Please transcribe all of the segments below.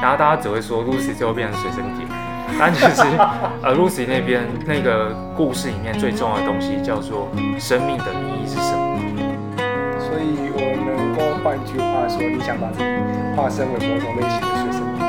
然后大家只会说 Lucy 最后变成随身碟，但其实Lucy 那边那个故事里面最重要的东西叫做生命的意义是什么？ 所以我能够换句话说，你想把自己化身为某种类型的随身碟。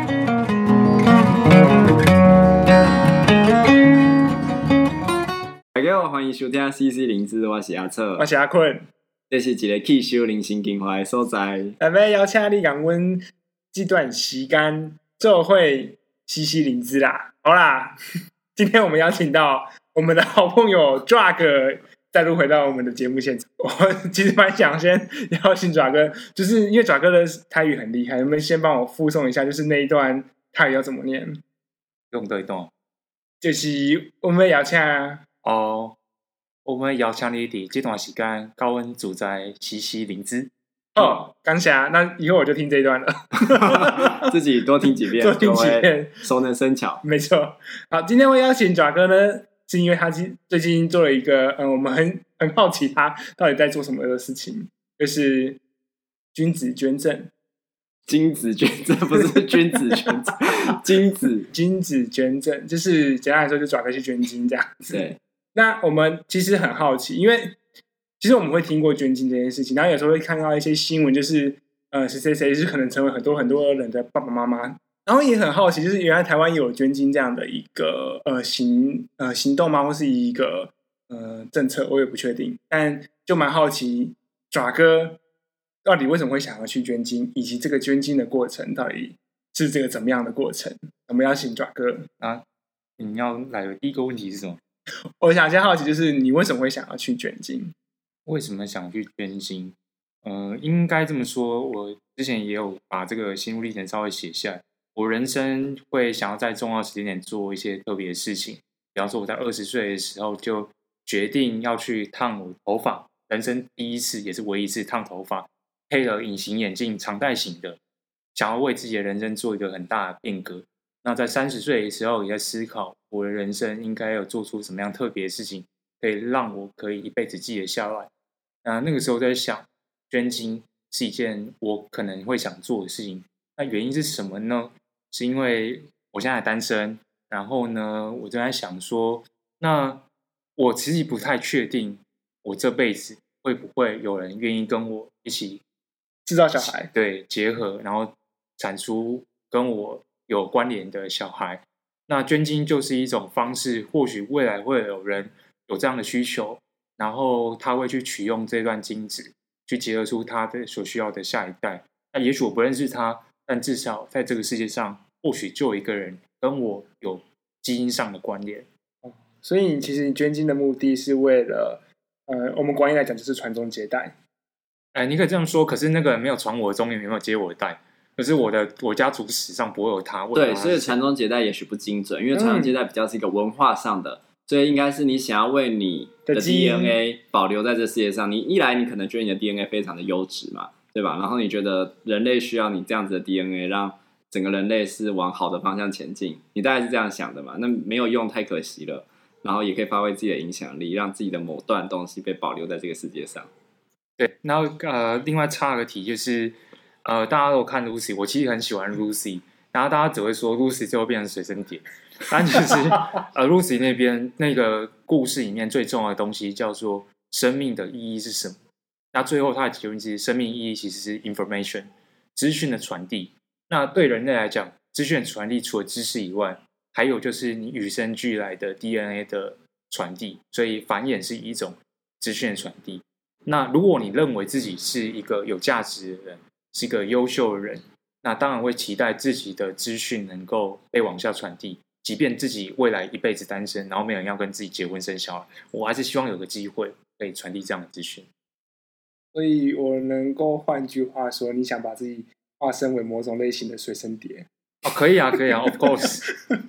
大家好，欢迎收听 CC 灵芝，我是阿策， 我是阿坤， 这是一个去修灵心经化的所在。 下面邀请你跟阮这段时间做会CC灵芝啦。好啦，今天我们邀请到我们的好朋友 Drag 再度回到我们的节目现场。我其实蛮想先邀请 Drag， 就是因为 Drag 的台语很厉害，能不能先帮我附送一下，就是那一段台语要怎么念？ 用对动就是我们邀请我们邀请你伫这段时间跟阮住在CC灵芝。 感谢。那以后我就听这一段了， 自己多听几遍， 多听几遍， 熟能生巧。 没错。好，今天我邀请爪哥呢，是因为他最近做了一个我们很好奇他到底在做什么的事情，就是君子捐赠。 金子捐赠不是君子捐赠， 君子捐赠就是简单来说，就爪哥去捐精这样子。 对。 那我们其实很好奇，因为其实我们会听过捐精这件事情，然后有时候会看到一些新闻，就是谁谁是可能成为很多人的爸爸妈妈，然后也很好奇，就是原来台湾有捐精这样的一个行动吗？或是一个政策，我也不确定，但就蛮好奇爪哥到底为什么会想要去捐精，以及这个捐精的过程到底是这个怎么样的过程？我们要请爪哥啊，你要来的第一个问题是什么？ 我想先好奇，就是你为什么会想要去捐精？ 为什么想去捐精？应该这么说，我之前也有把这个心路历程稍微写下来。我人生会想要在重要时间点做一些特别的事情，比方说我在20岁的时候就决定要去烫我头发，人生第一次也是唯一一次烫头发，配了隐形眼镜，常戴型的，想要为自己的人生做一个很大的变革。那在30岁的时候，也在思考我的人生应该有做出什么样特别的事情，可以让我可以一辈子记得下来。那个时候在想，捐精是一件我可能会想做的事情。那原因是什么呢？是因为我现在还单身，然后呢，我正在想说，那我其实不太确定，我这辈子会不会有人愿意跟我一起制造小孩， 对，结合，然后产出跟我有关联的小孩。那捐精就是一种方式，或许未来会有人有这样的需求，然后他会去取用这段精子，去结合出他的所需要的下一代。那也许我不认识他，但至少在这个世界上，或许就有一个人跟我有基因上的关联。 所以其实你捐精的目的是为了，我们广义来讲就是传宗接代。 你可以这样说，可是那个人没有传我的宗，也没有接我的代。可是我家族史上不会有他。 对，所以传宗接代也许不精准，因为传宗接代比较是一个文化上的，所以应该是你想要为你的 DNA 保留在这世界上。你一来，你可能觉得你的 DNA 非常的优质嘛，对吧？然后你觉得人类需要你这样子的 DNA， 让整个人类是往好的方向前进。你大概是这样想的嘛？那没有用，太可惜了。然后也可以发挥自己的影响力，让自己的某段东西被保留在这个世界上。 对，然后另外插个题就是。大家都看 Lucy， 我其实很喜欢 Lucy， 然后大家只会说 Lucy 最后变成随身碟，但其实Lucy 那边那个故事里面最重要的东西叫做生命的意义是什么？那最后他的结论是，生命意义其实是 information 资讯的传递。那对人类来讲，资讯的传递除了知识以外，还有就是你与生俱来的 DNA 的传递，所以繁衍是一种资讯的传递。那如果你认为自己是一个有价值的人，是一个优秀的人，那当然会期待自己的资讯能够被往下传递，即便自己未来一辈子单身，然后没有人要跟自己结婚生小孩，我还是希望有个机会可以传递这样的资讯。 所以我能够换句话说，你想把自己化身为某种类型的随身碟？ 可以啊，of course。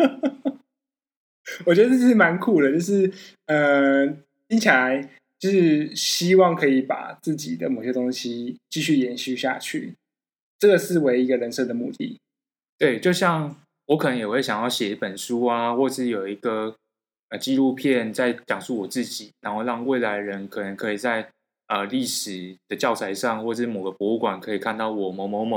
我觉得这是蛮酷的，就是听起来就是希望可以把自己的某些东西继续延续下去，这个是为一个人生的目的。 对，就像我可能也会想要写一本书啊，或是有一个纪录片在讲述我自己，然后让未来人可能可以在历史的教材上，或是某个博物馆可以看到我某某某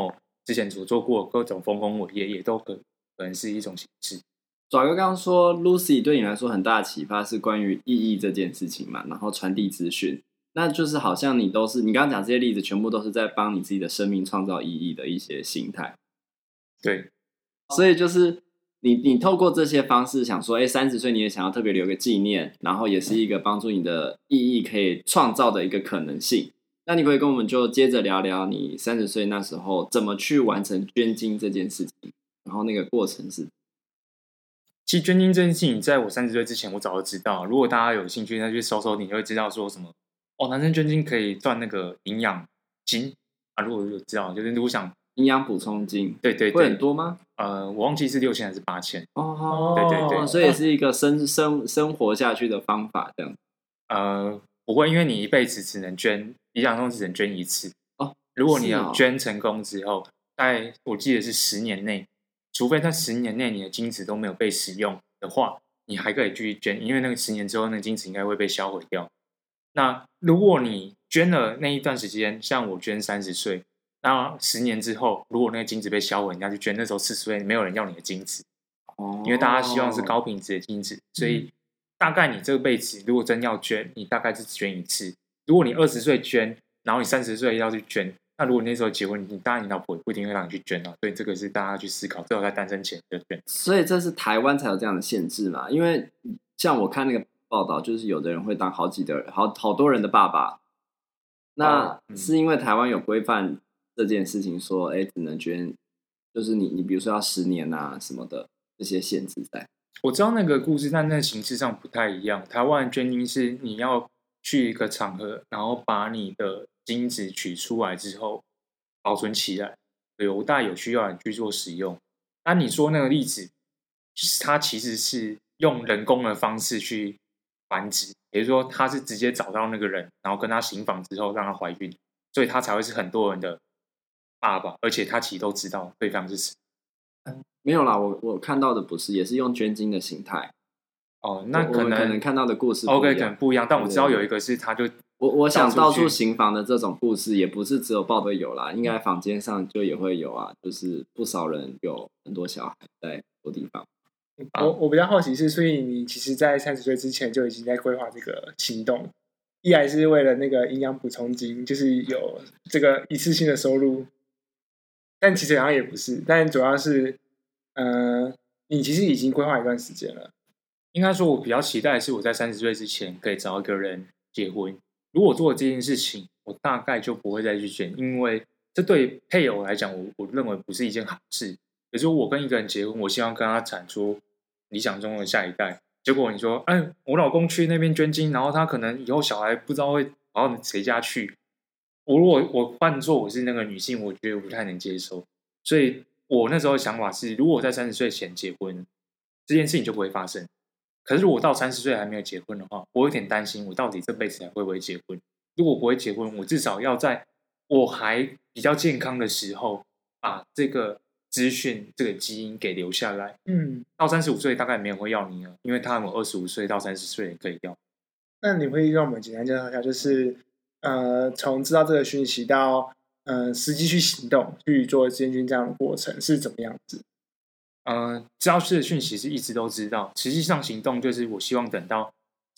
之前所做过各种丰功伟业，也都可能是一种形式。 爪哥刚刚说 Lucy 对你来说很大的启发是关于意义这件事情嘛，然后传递资讯，那就是好像你都是你刚刚讲这些例子，全部都是在帮你自己的生命创造意义的一些心态。 对， 所以就是你透过这些方式想说，30岁你也想要特别留个纪念，然后也是一个帮助你的意义可以创造的一个可能性。那你可以跟我们就接着聊聊你30岁那时候怎么去完成捐精这件事情，然后那个过程是。 其实捐精这件事情，在我30岁之前，我早就知道。如果大家有兴趣，那去搜搜，你就会知道说什么男生捐精可以赚那个营养金啊。如果有知道，就是如果想营养补充金， 对， 会很多吗？ 我忘记是6000还是8000。 对，所以也是一个生活下去的方法，这样。 不会，因为你一辈子只能捐，理想中只能捐一次。如果你有捐成功之后，在我记得是10年内。除非在10年内你的精子都没有被使用的话，你还可以继续捐，因为那个10年之后那个精子应该会被销毁掉。那如果你捐了那一段时间，像我捐30岁，那10年之后，如果那个精子被销毁，人家去捐，那时候40岁没有人要你的精子，因为大家希望是高品质的精子，所以大概你这辈子如果真要捐，你大概是捐一次。如果你20岁捐，然后你30岁要去捐。那如果你那时候结婚，当然你老婆也不一定会让你去捐啊，所以这个是大家去思考，最好在单身前就捐。 所以这是台湾才有这样的限制嘛？因为像我看那个报道，就是有的人会当好多人的爸爸，那是因为台湾有规范这件事情说，只能捐，就是你比如说要10年啊什么的这些限制在。 我知道那个故事，但那形式上不太一样。台湾捐精是你要去一个场合，然后把你的精子取出来之后保存起来，有大有需要你去做使用。那你说那个例子，它其实是用人工的方式去繁殖，也就是说他是直接找到那个人，然后跟他行房之后让他怀孕，所以他才会是很多人的爸爸，而且他其实都知道对方是谁。 没有啦，我看到的不是，也是用捐精的形态。 那可能看到的故事 OK 可能不一样，但我知道有一个是他就我想到处行房的这种故事，也不是只有报会有啦，应该坊间上就也会有啊，就是不少人有很多小孩在很多地方。 我比较好奇是，所以你其实在30岁之前就已经在规划这个行动，一来是为了那个营养补充金，就是有这个一次性的收入，但其实好像也不是，但主要是你其实已经规划一段时间了。 应该说，我比较期待的是我在30岁之前可以找一个人结婚。如果做了这件事情，我大概就不会再去选，因为这对配偶来讲，我认为不是一件好事。比如说，我跟一个人结婚，我希望跟他产出理想中的下一代。结果你说，我老公去那边捐精，然后他可能以后小孩不知道会跑到谁家去。如果我换做我是那个女性，我觉得我不太能接受。所以我那时候的想法是，如果我在30岁前结婚，这件事情就不会发生。可是如果到30岁还没有结婚的话，我有点担心，我到底这辈子还会不会结婚？如果不会结婚，我至少要在我还比较健康的时候，把这个资讯、这个基因给留下来。到35岁大概没有人会要你了，因为他们25岁到30岁也可以要。 那你会让我们简单介绍一下，就是从知道这个讯息到实际去行动去做捐精这样的过程是怎么样子？ 知道是的讯息是一直都知道，实际上行动就是我希望等到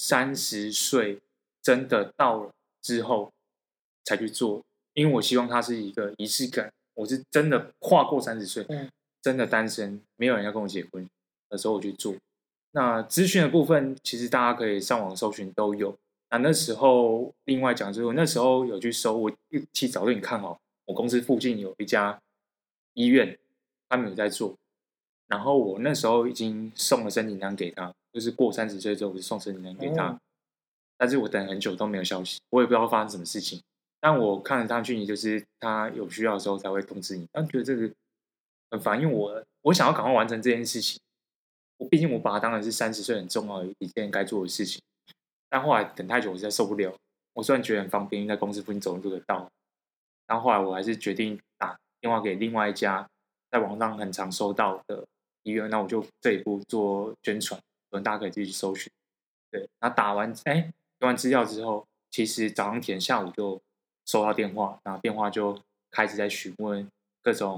30岁真的到了之后才去做，因为我希望它是一个仪式感。我是真的跨过30岁，真的单身，没有人要跟我结婚的时候我去做。那资讯的部分，其实大家可以上网搜寻都有。那时候另外讲，就是我那时候有去搜，我其实早就已经看好，我公司附近有一家医院，他们有在做。然后我那时候已经送了申请单给他，就是过30岁之后我就送申请单给他，但是我等很久都没有消息，我也不知道发生什么事情。但我看了他讯息，就是他有需要的时候才会通知你。但觉得这个很烦，因为我想要赶快完成这件事情。毕竟我把它当然是30岁很重要的一件该做的事情。但后来等太久，我实在受不了。我虽然觉得很方便，因为在公司附近走路就到，但后来我还是决定打电话给另外一家在网上很常收到的医院，那我就这一步做宣传，大家可以自己去搜寻。对，那填完资料之后，其实早上填，下午就收到电话，然后电话就开始在询问各种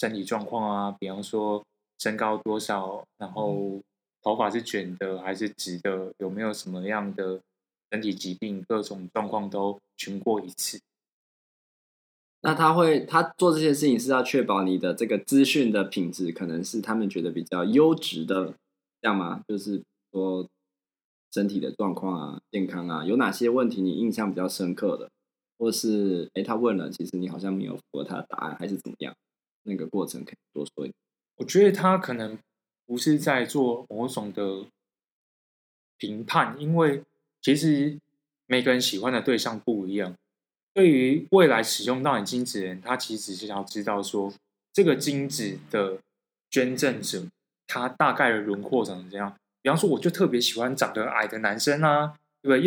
身体状况啊，比方说身高多少，然后头发是卷的还是直的，有没有什么样的身体疾病，各种状况都询过一次。 那他做这些事情是要确保你的这个资讯的品质，可能是他们觉得比较优质的，这样吗？就是说身体的状况啊、健康啊，有哪些问题你印象比较深刻的，或是他问了，其实你好像没有符合他的答案，还是怎么样？那个过程可以多说一点。 我觉得他可能不是在做某种的评判，因为其实每个人喜欢的对象不一样。对于未来使用到你精子的人，他其实是想要知道说，这个精子的捐赠者，他大概的轮廓长怎样。比方说，我就特别喜欢长得矮的男生啊，对不对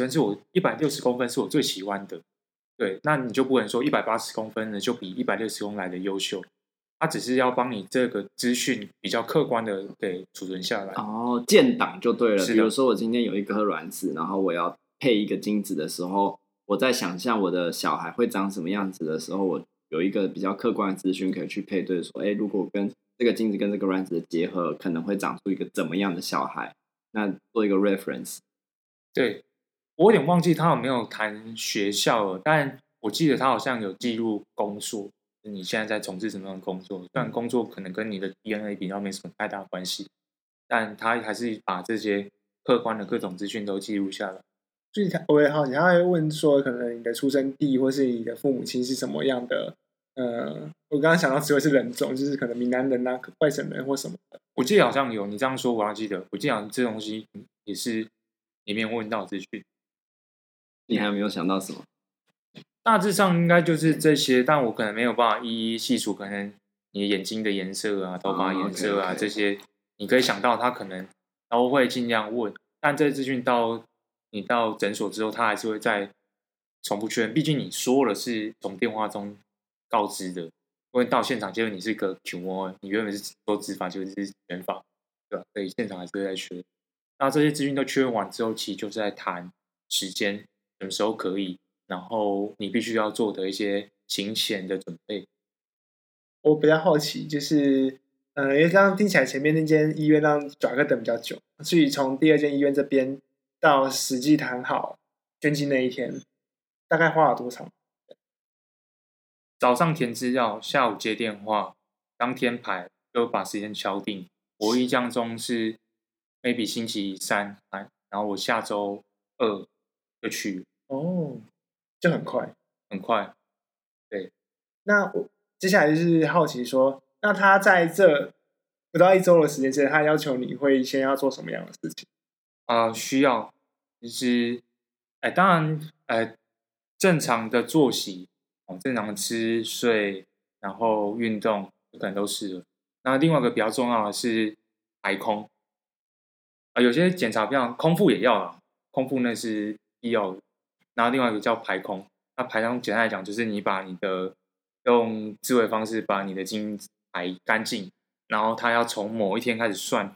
？160公分是我最喜欢的。对，那你就不能说180公分的就比160公来的优秀。他只是要帮你这个资讯比较客观的给储存下来。 哦，建档就对了。 是的比如说我今天有一颗卵子，然后我要配一个精子的时候，我在想象我的小孩会长什么样子的时候，我有一个比较客观的资讯可以去配对，说，如果跟这个精子跟这个卵子的结合，可能会长出一个怎么样的小孩？那做一个 reference。 对，我有点忘记他有没有谈学校了，但我记得他好像有记录工作，你现在在从事什么样的工作？虽然工作可能跟你的 DNA 比较没什么太大关系，但他还是把这些客观的各种资讯都记录下来。 所以我也好奇，他会问说，可能你的出生地或是你的父母亲是什么样的？我刚刚想到词汇是人种，就是可能闽南人啊、外省人或什么的。 我记得好像有，你这样说我还记得，我记得好像这东西也是里面问到资讯。 你还有没有想到什么？ 大致上应该就是这些，但我可能没有办法一一细数，可能你眼睛的颜色啊、头发颜色啊、这些，你可以想到他可能都会尽量问，但这资讯你到诊所之后，他还是会再重复确认，毕竟你说了是从电话中告知的，因为到现场结果你是个 QO， 你原本是说执法，结果是卷法，对吧？所以现场还是会再确认。那这些资讯都确认完之后，其实就是在谈时间，什么时候可以。然后你必须要做的一些行前的准备。 我比较好奇，就是因为刚刚听起来前面那间医院让转个等比较久，所以从第二间医院这边到实际谈好捐精那一天，大概花了多长？ 早上填资料，下午接电话，当天排就把时间敲定。我印象中是 maybe 星期3，然后我下周2就去。 哦，就很快， 很快。对， 那我接下来就是好奇说，那他在这不到1周的时间之内，他要求你会先要做什么样的事情？ 需要就是当然正常的作息，正常的吃睡，然后运动可能都是了。那另外一个比较重要的是排空有些检查比较空腹也要啦，空腹那是必要的。然后另外一个叫排空，那排空简单来讲就是你把你的用自慰方式把你的精排干净，然后它要从某一天开始算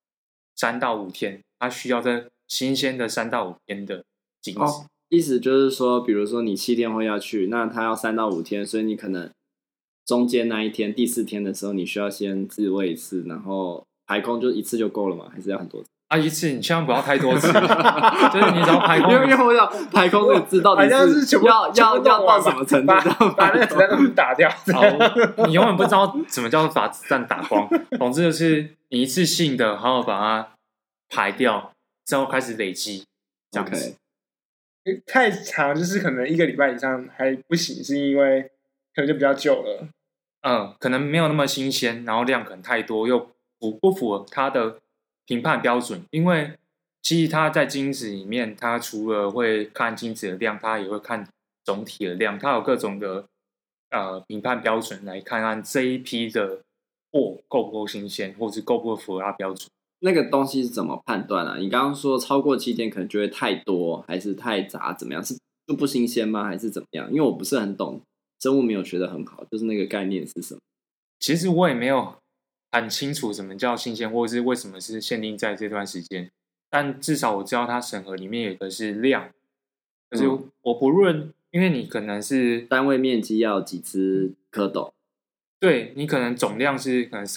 3到5天，它需要在新鲜的3到5天的精子。 意思就是说，比如说你7天后要去，那它要3到5天，所以你可能中间那一天第4天的时候，你需要先自慰一次，然后排空就一次就够了吗？还是要很多次？ 一次你千万不要太多次，就是你只要排空， 因为我想排空这个字到底是要到什么程度？ 把那个子弹都打掉。 你永远不知道什么叫做把子弹打光。总之就是你一次性的好好把它排掉，之后开始累积，这样子。 太长就是可能1个礼拜以上还不行，是因为可能就比较久了。 可能没有那么新鲜，然后量可能太多，又不符合它的评判标准。因为其实它在精子里面，它除了会看精子的量，它也会看总体的量，它有各种的评判标准来看看这一批的货够不够新鲜，或是够不够符合它标准。 那个东西是怎么判断啊？你刚刚说超过7天可能就会太多，还是太杂，怎么样？是就不新鲜吗？还是怎么样？因为我不是很懂生物，没有学得很好，就是那个概念是什么？ 其实我也没有很清楚什么叫新鲜，或者是为什么是限定在这段时间。但至少我知道它审核里面有一个是量，可是我不论，因为你可能是单位面积要几只蝌蚪， 对，你可能总量是可能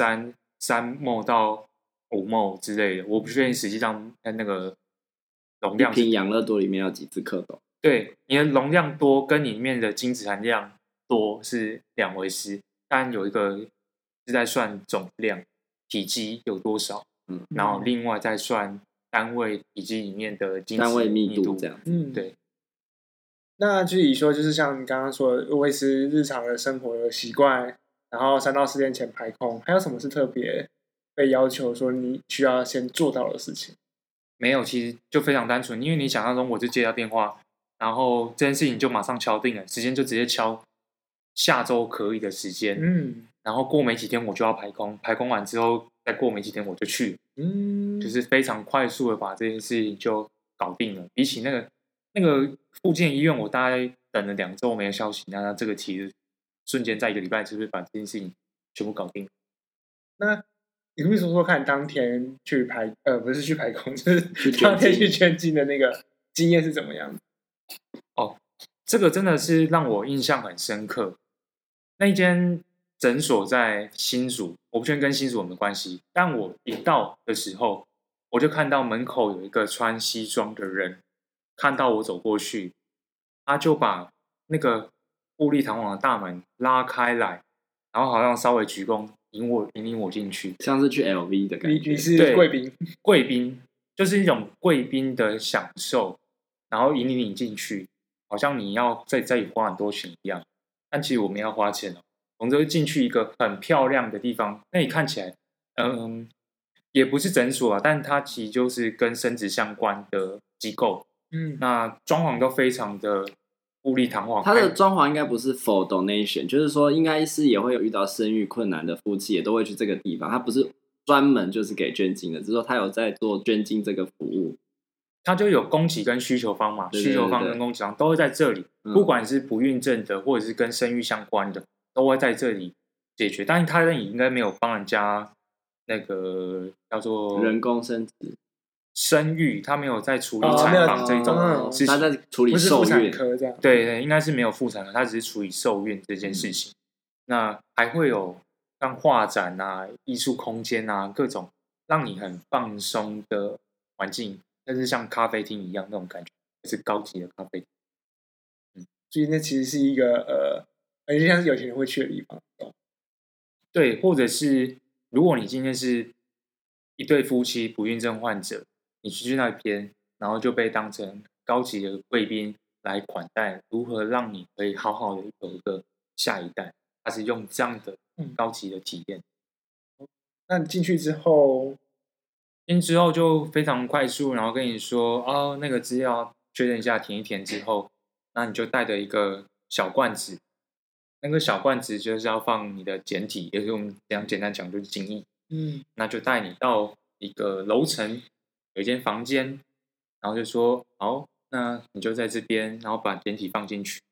3ml到5ml之类的，我不确定实际上那个容量。 一瓶养乐多里面要几支蝌蚪？ 对，你的容量多跟里面的精子含量多是2回事，但有一个是在算总量体积有多少，然后另外再算单位体积里面的精子单位密度这样。 对。 那具体说，就是像你刚刚说的，维持日常的生活的习惯，然后3到4天前排空，还有什么是特别被要求说你需要先做到的事情？ 没有，其实就非常单纯，因为你想象中我就接到电话，然后这件事情就马上敲定了，时间就直接敲下周可以的时间，然后过没几天我就要排空，排空完之后再过没几天我就去，就是非常快速的把这件事情就搞定了。比起那个附近医院，我大概等了2周没有消息，那这个其实瞬间在1个礼拜是不是把这件事情全部搞定？ 那你可以说说看，当天去不是去排空，就是当天去捐精的那个经验是怎么样？ 哦，这个真的是让我印象很深刻。那一间诊所在新竹，我不确定跟新竹有没有关系，但我一到的时候，我就看到门口有一个穿西装的人，看到我走过去，他就把那个富丽堂皇的大门拉开来，然后好像稍微鞠躬引领我进去， 像是去 LV 的感觉。 你是贵宾， 贵宾就是一种贵宾的享受，然后引领你进去，好像你要在这里花很多钱一样，但其实我们要花钱哦。我们就进去一个很漂亮的地方，那里看起来，也不是诊所啊，但它其实就是跟生殖相关的机构。那装潢都非常的富丽堂皇。 它的装潢应该不是 for donation， 就是说应该是也会有遇到生育困难的夫妻也都会去这个地方，它不是专门就是给捐精的，只是说它有在做捐精这个服务。 它就有供给跟需求方嘛， 对对对对， 需求方跟供给方都会在这里，不管是不孕症的或者是跟生育相关的，都会在这里解决。但是它应该没有帮人家那个叫做人工生殖生育，他没有在处理产房这种事情， 他在处理受孕科这样。 对，应该是没有妇产科，他只是处理受孕这件事情。那还会有像画展啊、艺术空间啊，各种让你很放松的环境，但是像咖啡厅一样那种感觉，是高级的咖啡厅。 所以那其实是一个而且像是有钱人会去的地方。 对，或者是如果你今天是一对夫妻不孕症患者，你去那边，然后就被当成高级的贵宾来款待，如何让你可以好好的有一个下一代，他是用这样的高级的体验。 那你进去之后就非常快速，然后跟你说哦，那个资料确认一下，填一填之后，那你就带着一个小罐子，那个小罐子就是要放你的简体，也是用这样简单讲就是精液。那就带你到一个楼层，有一间房间，然后就说好，那你就在这边，然后把简体放进去，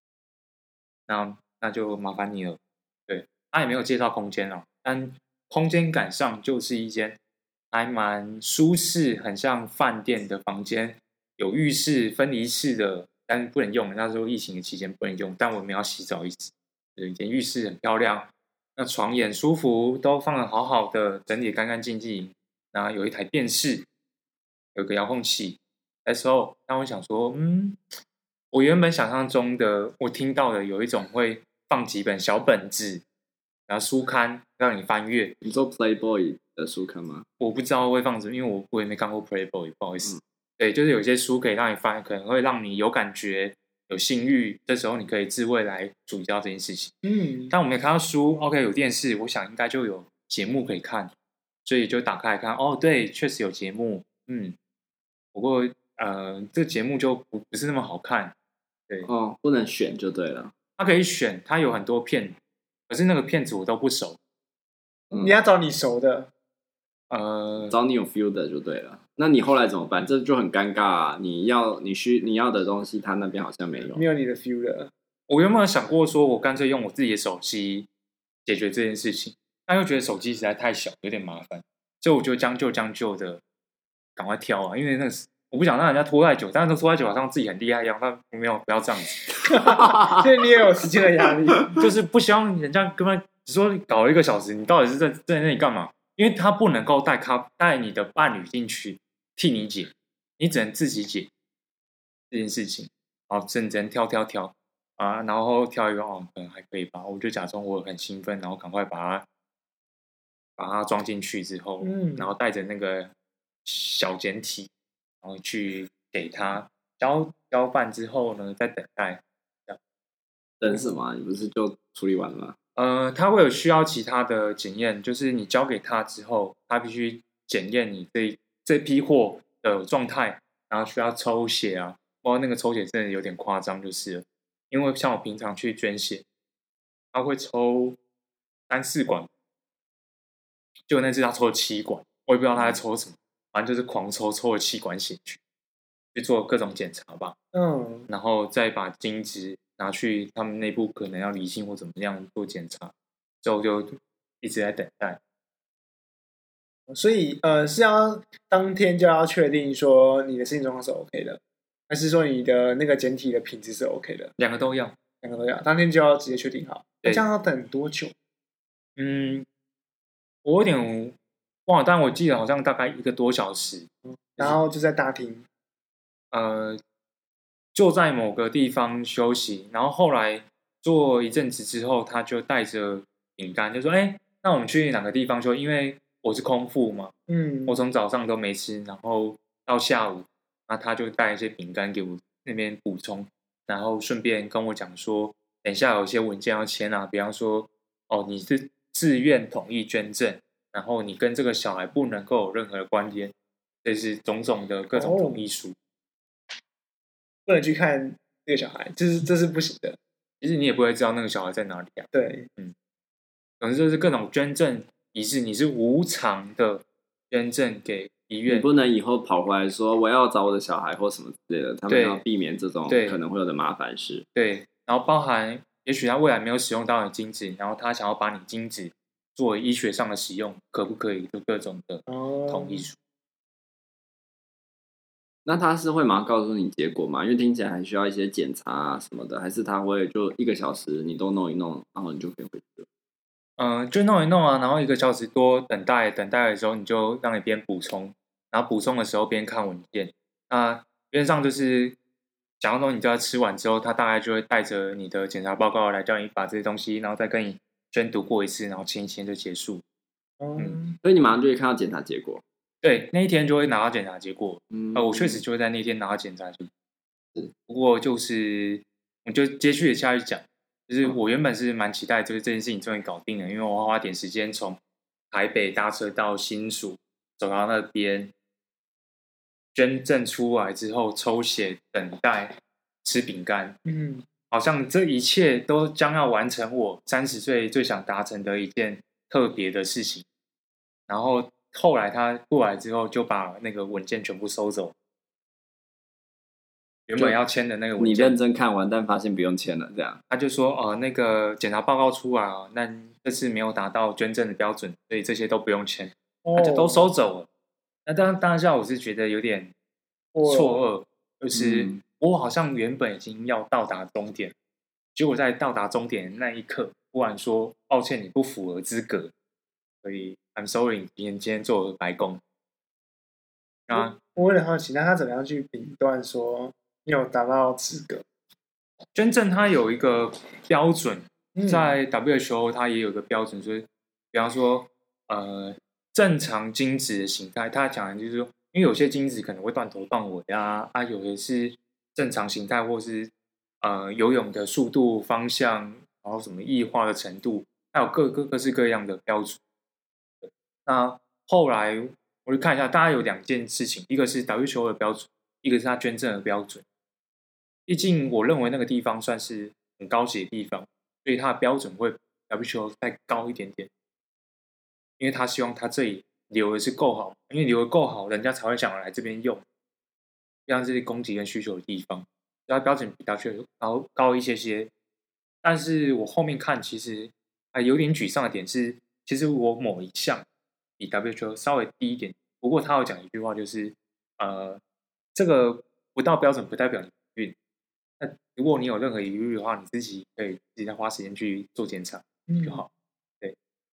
那就麻烦你了。对，他也没有介绍空间啊，但空间感上就是一间还蛮舒适，很像饭店的房间，有浴室、分离式的，但是不能用。那时候疫情的期间不能用，但我们要洗澡一直。有一间浴室很漂亮，那床也很舒服，都放得好好的，整理干干净净。然后有一台电视，有个遥控器。那时候，那我想说，我原本想象中的，我听到的有一种会放几本小本子，然后书刊让你翻阅。 你说 Playboy 的书刊吗？ 我不知道会放什么，因为我也没看过 Playboy， 不好意思。对，就是有些书可以让你翻，可能会让你有感觉、有性欲，这时候你可以自慰来处理掉这件事情。但我没看到书 ，OK， 有电视，我想应该就有节目可以看，所以就打开来看。哦，对，确实有节目。不过这个节目就不是那么好看。对， 不能选就对了。 它可以选，它有很多片，可是那个片子我都不熟。 你要找你熟的。 找你有 feel 的就对了。那你后来怎么办？这就很尴尬啊！你要的东西，他那边好像没有， 没有你的 feel 的。 我原本想过说，我干脆用我自己的手机解决这件事情，但又觉得手机实在太小，有点麻烦，所以我就将就的赶快挑啊，因为那个我不想让人家拖太久，但是拖太久好像自己很厉害一样，但没有，不要这样子。 所以你也有时间的压力， 就是不希望人家根本你说搞了1个小时，你到底是在那里干嘛？因为他不能够带你的伴侣进去替你解，你只能自己解这件事情。好，只能挑啊，然后挑一个可能还可以吧。我就假装我很兴奋，然后赶快把它装进去之后，然后带着那个小简体，然后去给他交办之后呢，再等待。 等什么？你不是就处理完了吗？ 他会有需要其他的检验，就是你交给他之后，他必须检验你这批货的状态，然后需要抽血啊。不过那个抽血真的有点夸张，就是了，因为像我平常去捐血，他会抽3-4管，就那次他抽了7管，我也不知道他在抽什么，反正就是狂抽了7管血去做各种检查吧。然后再把精子拿去他们内部可能要离心或怎么样做检查，之后就一直在等待。 所以是要当天就要确定说你的身体状况是 OK 的，还是说你的那个简体的品质是 OK 的？ 两个都要， 当天就要直接确定好。这样要等多久？ 我有点忘了，但我记得好像大概1个多小时。 然后就在大厅， 就在某个地方休息，然后后来做一阵子之后，他就带着饼干，就说：“那我们去哪个地方休？因为我是空腹嘛，我从早上都没吃，然后到下午，那他就带一些饼干给我那边补充，然后顺便跟我讲说，等一下有些文件要签啊，比方说，你是自愿同意捐赠，然后你跟这个小孩不能够有任何的关联，这是种种的各种同意书。” 不能去看这个小孩，这是不行的。 其实你也不会知道那个小孩在哪里啊。 对， 总之就是各种捐赠仪式，你是无偿的捐赠给医院， 你不能以后跑回来说我要找我的小孩或什么之类的，他们要避免这种可能会有的麻烦事。 对，然后包含也许他未来没有使用到你精子，然后他想要把你精子作为医学上的使用，可不可以？就各种的同意书。 那他是会马上告诉你结果吗？因为听起来还需要一些检查啊什么的，还是他会就1个小时你都弄一弄，然后你就可以回去了？ 就弄一弄啊，然后1个小时多等待的时候，你就让你边补充，然后补充的时候边看文件。那原则上就是假如说你就要吃完之后，他大概就会带着你的检查报告来叫你把这些东西，然后再跟你宣读过一次，然后签一签就结束。 所以你马上就会看到检查结果。 对，那一天就会拿到检查结果。我确实就会在那天拿到检查结果。不过就是我就接续的下去讲，就是我原本是蛮期待就是这件事情终于搞定了，因为我花点时间从台北搭车到新竹，走到那边捐赠出来之后抽血等待吃饼干。好像这一切都将要完成我30岁最想达成的一件特别的事情。然后后来他过来之后，就把那个文件全部收走。原本要签的那个文件， 你认真看完，但发现不用签了，这样他就说：“那个检查报告出来哦，那这次没有达到捐赠的标准，所以这些都不用签，他就都收走了。”那当下我是觉得有点错愕，就是我好像原本已经要到达终点，结果在到达终点的那一刻，突然说：“抱歉，你不符合资格。”所以 I'm sorry， 今天做白工。 我有点好奇，那他怎么样去评断说你有达到资格？ 捐赠它有一个标准，在 WHO 它也有一个标准，就是比方说正常精子的形态，它讲的就是说，因为有些精子可能会断头断尾啊，有的是正常形态，或是游泳的速度、方向，然后什么异化的程度，还有各式各样的标准。那后来我就看一下，大概有2件事情，一个是 WHO 的标准，一个是他捐赠的标准。毕竟我认为那个地方算是很高级的地方，所以它的标准会 WHO 再高一点点，因为他希望他这里留的是够好，因为留的够好，人家才会想来这边用，像这些供给跟需求的地方，所以它标准比 WHO 高一些些。但是我后面看，其实有点沮丧的点是，其实我某一项比 WHO 稍微低一点，不过他有讲一句话，就是这个不到标准不代表你不孕。那如果你有任何疑虑的话，你自己可以自己再花时间去做检查就好。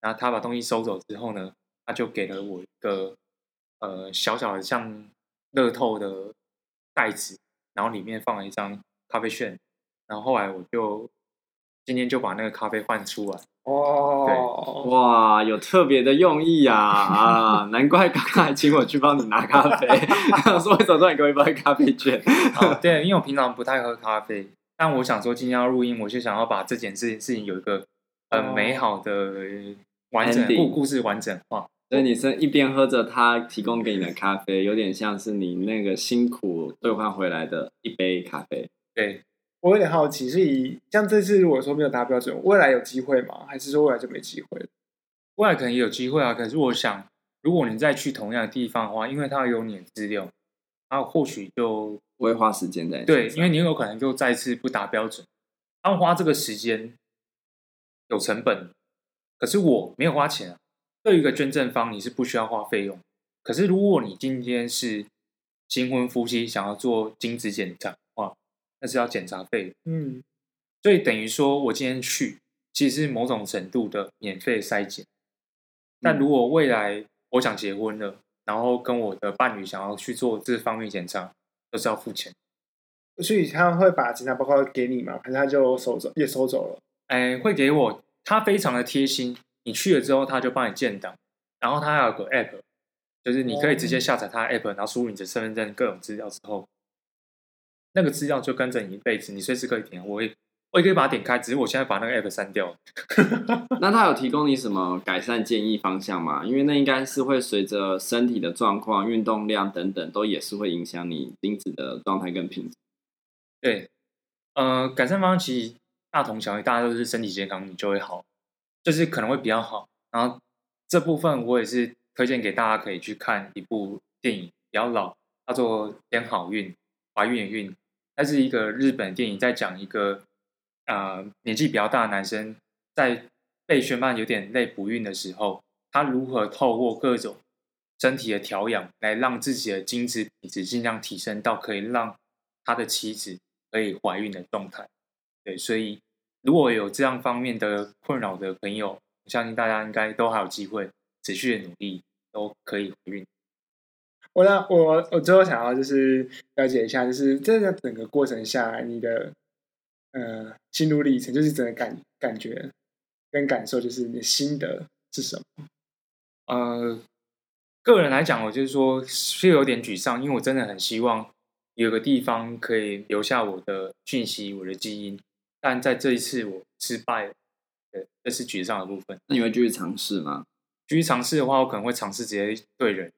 然后他把东西收走之后呢，他就给了我一个小小的像乐透的袋子，然后里面放了一张咖啡券，然后后来我就今天就把那个咖啡换出来。 哦， 哇，有特别的用意啊！难怪刚刚还请我去帮你拿咖啡，想说为什么突然给我一包咖啡券？ 对，因为我平常不太喝咖啡，但我想说今天要录音，我就想要把这件事情有一个很美好的完整故事完整化。 所以你是一边喝着他提供给你的咖啡，有点像是你那个辛苦兑换回来的一杯咖啡。 对。 我有点好奇，所以像这次如果说没有达标准，未来有机会吗？还是说未来就没机会了？ 未来可能也有机会啊，可是我想，如果你再去同样的地方的话，因为它有你的资料，它或许就不会花时间在对，因为你有可能就再次不达标准，他们花这个时间有成本，可是我没有花钱啊。对于一个捐赠方，你是不需要花费用，可是如果你今天是新婚夫妻想要做精子检查的话，那是要检查费。所以等于说我今天去，其实是某种程度的免费筛检。但如果未来我想结婚了，然后跟我的伴侣想要去做这方面检查，都是要付钱。 所以他会把检查报告给你吗？还是他就收走了？ 会给我，他非常的贴心。你去了之后，他就帮你建档，然后他还有个 app， 就是你可以直接下载他的 app， 然后输入你的身份证各种资料之后，那个资料就跟着你一辈子，你随时可以点。我也可以把它点开，只是我现在把那个 app 删掉了。 那他有提供你什么改善建议方向吗？因为那应该是会随着身体的状况、运动量等等，都也是会影响你精子的状态跟品质。 对，改善方向其实大同小异，大家都是身体健康，你就会好，就是可能会比较好。然后这部分我也是推荐给大家可以去看一部电影，比较老，叫做《天好运》，怀孕的孕，它是一个日本电影，在讲一个年纪比较大的男生在被宣判有点类不孕的时候，他如何透过各种身体的调养来让自己的精子品质尽量提升到可以让他的妻子可以怀孕的状态。对，所以如果有这样方面的困扰的朋友，我相信大家应该都还有机会持续的努力，都可以怀孕。 我最后想要就是了解一下，就是这个整个过程下来，你的心路历程，就是整个感觉跟感受，就是你的心得是什么？ 个人来讲，我就是说是有点沮丧，因为我真的很希望有个地方可以留下我的讯息、我的基因，但在这一次我失败了，对，这是沮丧的部分。 那你会继续尝试吗？ 继续尝试的话，我可能会尝试直接对人，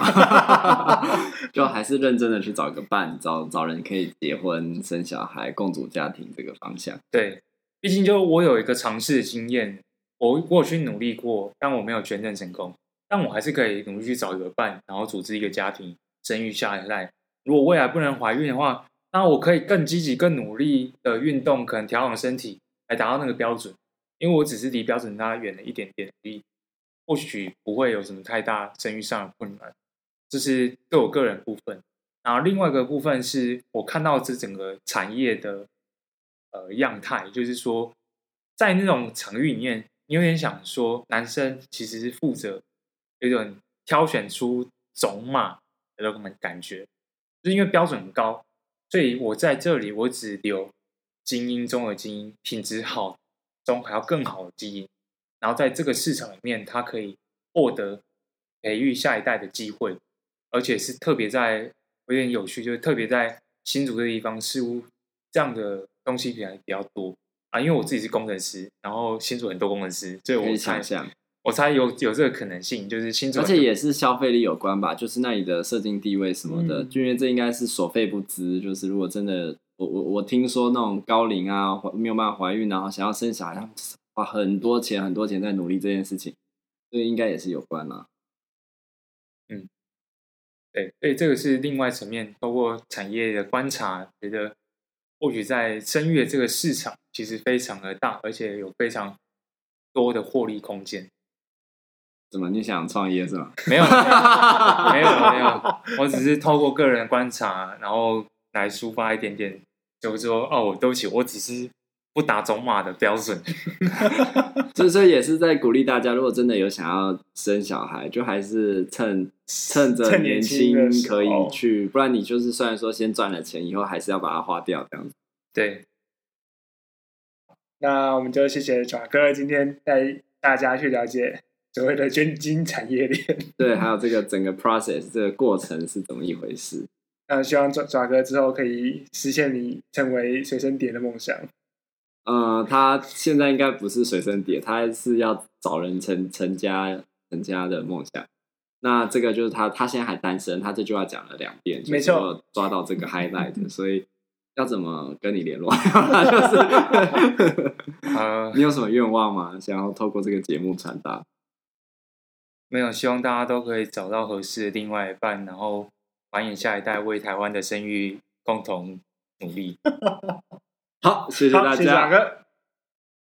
就还是认真的去找个伴，找人可以结婚、生小孩、共组家庭这个方向。 对，毕竟就我有一个尝试的经验，我有去努力过，但我没有捐赠成功，但我还是可以努力去找一个伴，然后组织一个家庭，生育下一代。如果未来不能怀孕的话，那我可以更积极、更努力的运动，可能调养身体，来达到那个标准。因为我只是离标准它远了一点点，所以或许不会有什么太大生育上的困难。这是对我个人部分。然后另外一个部分是我看到这整个产业的样态，就是说在那种场域里面，你有点想说，男生其实是负责有点挑选出种马的那种感觉，就是因为标准很高，所以我在这里我只留精英中的精英，品质好中还要更好的基因，然后在这个市场里面，它可以获得培育下一代的机会，而且是特别在有点有趣，就是特别在新竹这个地方，似乎这样的东西比较多啊。因为我自己是工程师，然后新竹很多工程师，所以我猜有这个可能性，就是新竹， 而且也是消费力有关吧，就是那里的社经地位什么的，就因为这应该是所费不赀，就是如果真的。我听说那种高龄啊，没有办法怀孕，然后想要生小孩，他们花很多钱在努力这件事情，所以应该也是有关啦。 对，所以这个是另外层面，透过产业的观察，觉得或许在生育这个市场其实非常的大，而且有非常多的获利空间。 怎么你想创业是吗？ 没有，我只是透过个人观察，然后来抒发一点点。就是说，对不起，我只是不打种马的标准。 所以也是在鼓励大家，如果真的有想要生小孩，就还是趁着年轻可以去，不然你就是虽然说先赚了钱，以后还是要把它花掉这样子。 对。 那我们就谢谢爪哥今天带大家去了解所谓的捐精产业链。 对，还有这个整个 process 这个过程是怎么一回事。 希望爪哥之后可以实现你成为随身碟的梦想。 他现在应该不是随身碟，他是要找人成家的梦想。那这个就是他现在还单身，他这句话讲了2遍， 没错， 就是抓到这个 highlight， 所以要怎么跟你联络？就是你有什么愿望吗？想要透过这个节目传达？ 没有，希望大家都可以找到合适的另外一半，然后繁衍下一代，为台湾的生育共同努力。 好，谢谢大家。 谢谢大哥。